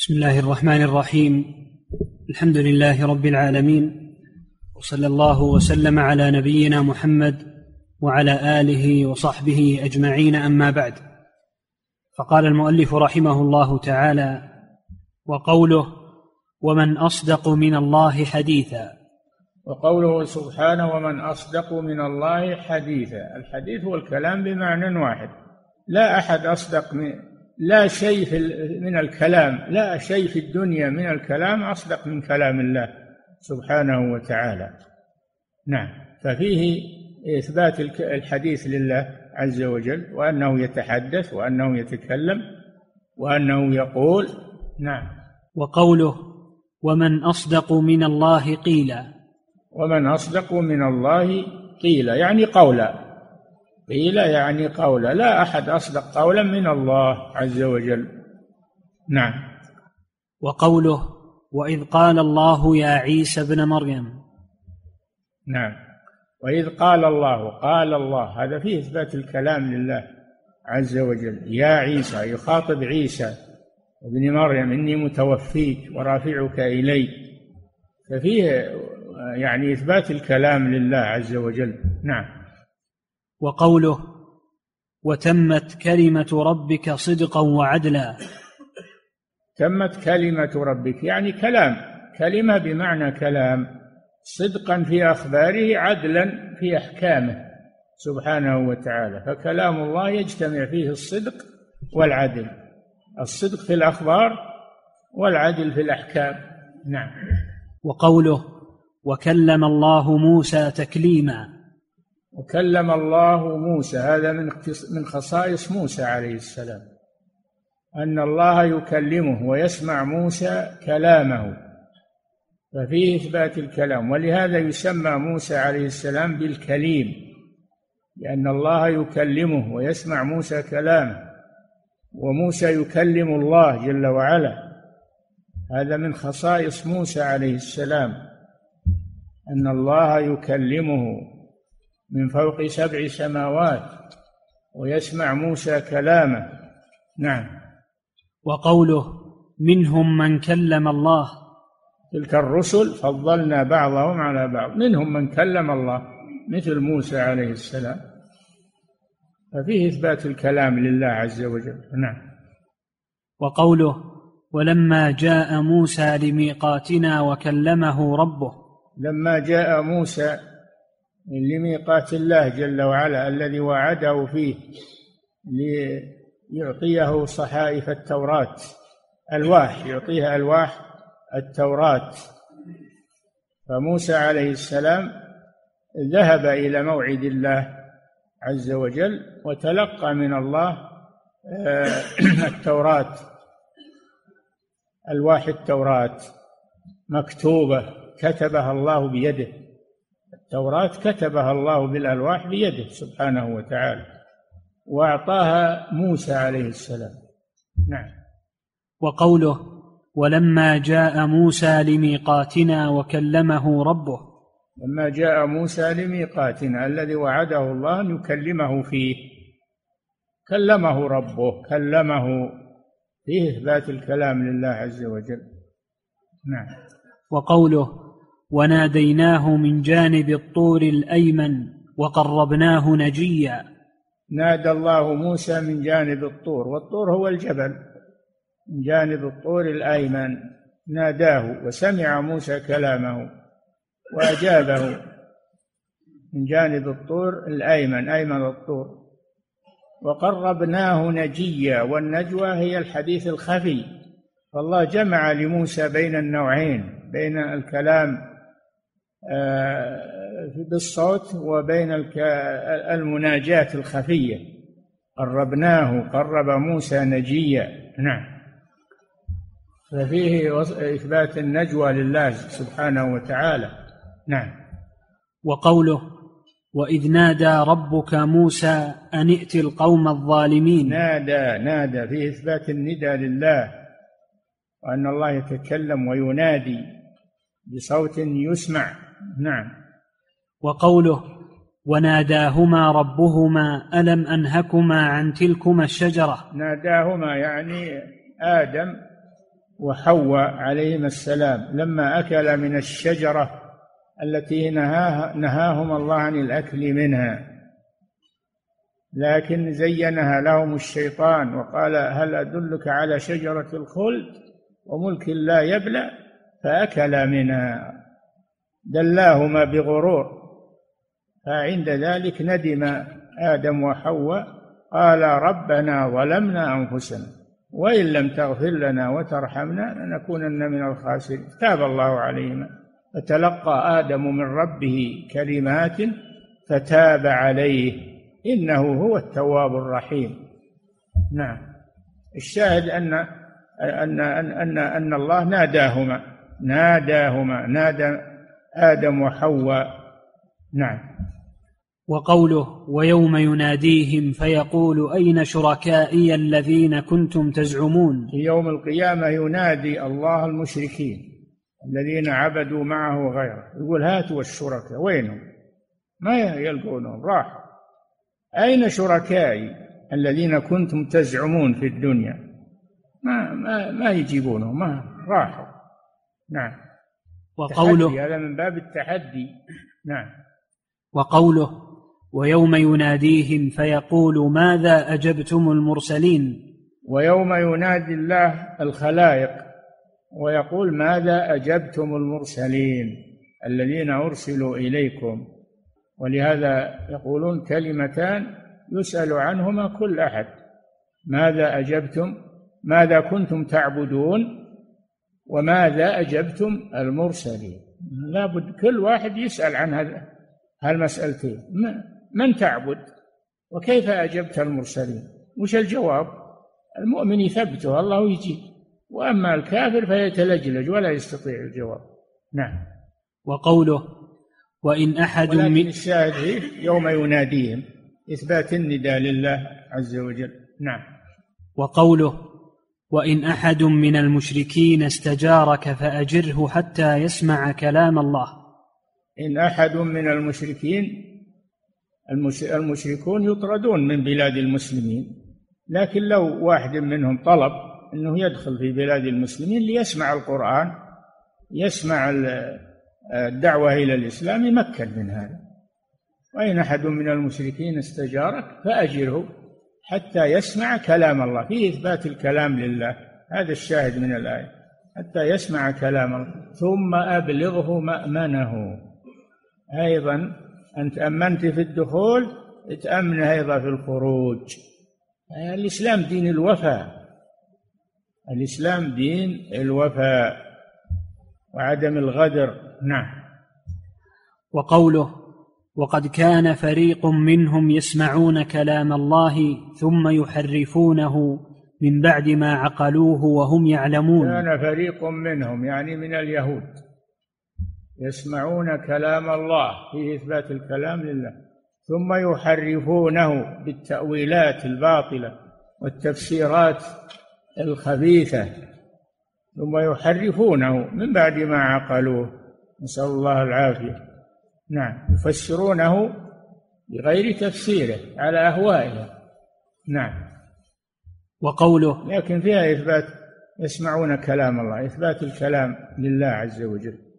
بسم الله الرحمن الرحيم. الحمد لله رب العالمين، وصلى الله وسلم على نبينا محمد وعلى آله وصحبه أجمعين، أما بعد. فقال المؤلف رحمه الله تعالى: وقوله: ومن أصدق من الله حديثا. وقوله سبحانه: ومن أصدق من الله حديثا. الحديث هو الكلام بمعنى واحد، لا أحد أصدق لا شيء من الكلام، لا شيء في الدنيا من الكلام أصدق من كلام الله سبحانه وتعالى. نعم، ففيه إثبات الحديث لله عز وجل، وأنه يتحدث وأنه يتكلم وأنه يقول. نعم. وقوله: ومن أصدق من الله قيلا. ومن أصدق من الله قيلا يعني قولا، قيل يعني قولا، لا أحد أصدق قولا من الله عز وجل. نعم. وقوله: وإذ قال الله يا عيسى ابن مريم. نعم، وإذ قال الله، قال الله، هذا فيه إثبات الكلام لله عز وجل. يا عيسى يخاطب عيسى ابن مريم: إني متوفيك ورافعك إلي، ففيه يعني إثبات الكلام لله عز وجل. نعم. وقوله: وتمت كلمة ربك صدقا وعدلا. تمت كلمة ربك يعني كلام، كلمة بمعنى كلام، صدقا في أخباره، عدلا في أحكامه سبحانه وتعالى. فكلام الله يجتمع فيه الصدق والعدل، الصدق في الأخبار والعدل في الأحكام. نعم. وقوله: وكلم الله موسى تكليما. وكلم الله موسى، هذا من خصائص موسى عليه السلام، أن الله يكلمه ويسمع موسى كلامه، ففيه إثبات الكلام. ولهذا يسمى موسى عليه السلام بالكليم، لأن الله يكلمه ويسمع موسى كلامه، وموسى يكلم الله جل وعلا. هذا من خصائص موسى عليه السلام، أن الله يكلمه من فوق 7 سماوات ويسمع موسى كلامه. نعم. وقوله: منهم من كلم الله. تلك الرسل فضلنا بعضهم على بعض، منهم من كلم الله مثل موسى عليه السلام، ففيه إثبات الكلام لله عز وجل. نعم. وقوله: ولما جاء موسى لميقاتنا وكلمه ربه. لما جاء موسى لميقات الله جل وعلا الذي وعده فيه ليعطيه صحائف التوراة، ألواح، يعطيها ألواح التوراة. فموسى عليه السلام ذهب إلى موعد الله عز وجل وتلقى من الله التوراة، ألواح التوراة مكتوبة كتبها الله بيده، التوراة كتبها الله بالألواح بيده سبحانه وتعالى، وأعطاها موسى عليه السلام. نعم. وقوله: ولما جاء موسى لميقاتنا وكلمه ربه. لما جاء موسى لميقاتنا الذي وعده الله أن يكلمه فيه، كلمه ربه، كلمه فيه إثبات الكلام لله عز وجل. نعم. وقوله: وناديناه من جانب الطور الأيمن وقربناه نجيا. نادى الله موسى من جانب الطور، والطور هو الجبل، من جانب الطور الأيمن ناداه، وسمع موسى كلامه وأجابه من جانب الطور الأيمن، أيمن الطور. وقربناه نجيا، والنجوى هي الحديث الخفي، فالله جمع لموسى بين النوعين، بين الكلام بالصوت وبين المناجاة الخفية. قربناه، قرب موسى نجيا. نعم. ففيه إثبات النجوى لله سبحانه وتعالى. نعم. وقوله: وإذ نادى ربك موسى أن ائت القوم الظالمين. نادى فيه إثبات الندى لله، وأن الله يتكلم وينادي بصوت يسمع. نعم. وقوله: وناداهما ربهما ألم أنهكما عن تلكما الشجرة. ناداهما يعني آدم وحواء عليهما السلام لما أكل من الشجرة التي نهاهم الله عن الأكل منها، لكن زينها لهم الشيطان وقال هل أدلك على شجرة الخلد وملك لا يبلى، فأكلا منها دلاهما بغرور، فعند ذلك ندم آدم وحواء قال ربنا ظلمنا أنفسنا وإن لم تغفر لنا وترحمنا لنكونن من الخاسرين، تاب الله عليهما، فتلقى آدم من ربه كلمات فتاب عليه إنه هو التواب الرحيم. نعم. الشاهد أن الله نادى آدم وحواء. نعم. وقوله ويوم يناديهم فيقول أين شركائي الذين كنتم تزعمون. في يوم القيامة ينادي الله المشركين الذين عبدوا معه غيره، يقول هاتوا الشركاء، وينهم؟ ما يلقونهم، راحوا. أين شركائي الذين كنتم تزعمون في الدنيا؟ ما يجيبونهم، ما راحوا. نعم. وقوله هذا من باب التحدي. نعم. وقوله ويوم يناديهم فيقول ماذا أجبتم المرسلين. ويوم ينادي الله الخلائق ويقول ماذا أجبتم المرسلين الذين أرسلوا إليكم، ولهذا يقولون كلمتان يسأل عنهما كل أحد: ماذا أجبتم، ماذا كنتم تعبدون، وماذا أجبتم المرسلين. لابد كل واحد يسأل عن هالمسألتين: من تعبد، وكيف أجبت المرسلين، وش الجواب؟ المؤمن يثبته الله يجيب، وأما الكافر فيتلجلج ولا يستطيع الجواب. نعم. وقوله وإن أحد ولكن الشاهد يوم يناديهم إثبات النداء لله عز وجل. نعم. وقوله وإن أحد من المشركين استجارك فأجره حتى يسمع كلام الله. إن أحد من المشركين، المشركون يطردون من بلاد المسلمين، لكن لو واحد منهم طلب أنه يدخل في بلاد المسلمين ليسمع القرآن، يسمع الدعوة إلى الإسلام، يمكن من هذا. وإن أحد من المشركين استجارك فأجره حتى يسمع كلام الله، فيه إثبات الكلام لله، هذا الشاهد من الآية، حتى يسمع كلام الله ثم أبلغه مأمنه. أيضا أنت أمنت في الدخول، تأمن أيضا في الخروج. الإسلام دين الوفاء، الإسلام دين الوفاء وعدم الغدر. نعم. وقوله وقد كان فريق منهم يسمعون كلام الله ثم يحرفونه من بعد ما عقلوه وهم يعلمون. كان فريق منهم يعني من اليهود يسمعون كلام الله، فيه إثبات الكلام لله، ثم يحرفونه بالتأويلات الباطلة والتفسيرات الخبيثة، ثم يحرفونه من بعد ما عقلوه، نسأل الله العافية. نعم. يفسرونه بغير تفسيره على أهوائهم. نعم. وقوله لكن فيها إثبات، يسمعون كلام الله، إثبات الكلام لله عز وجل.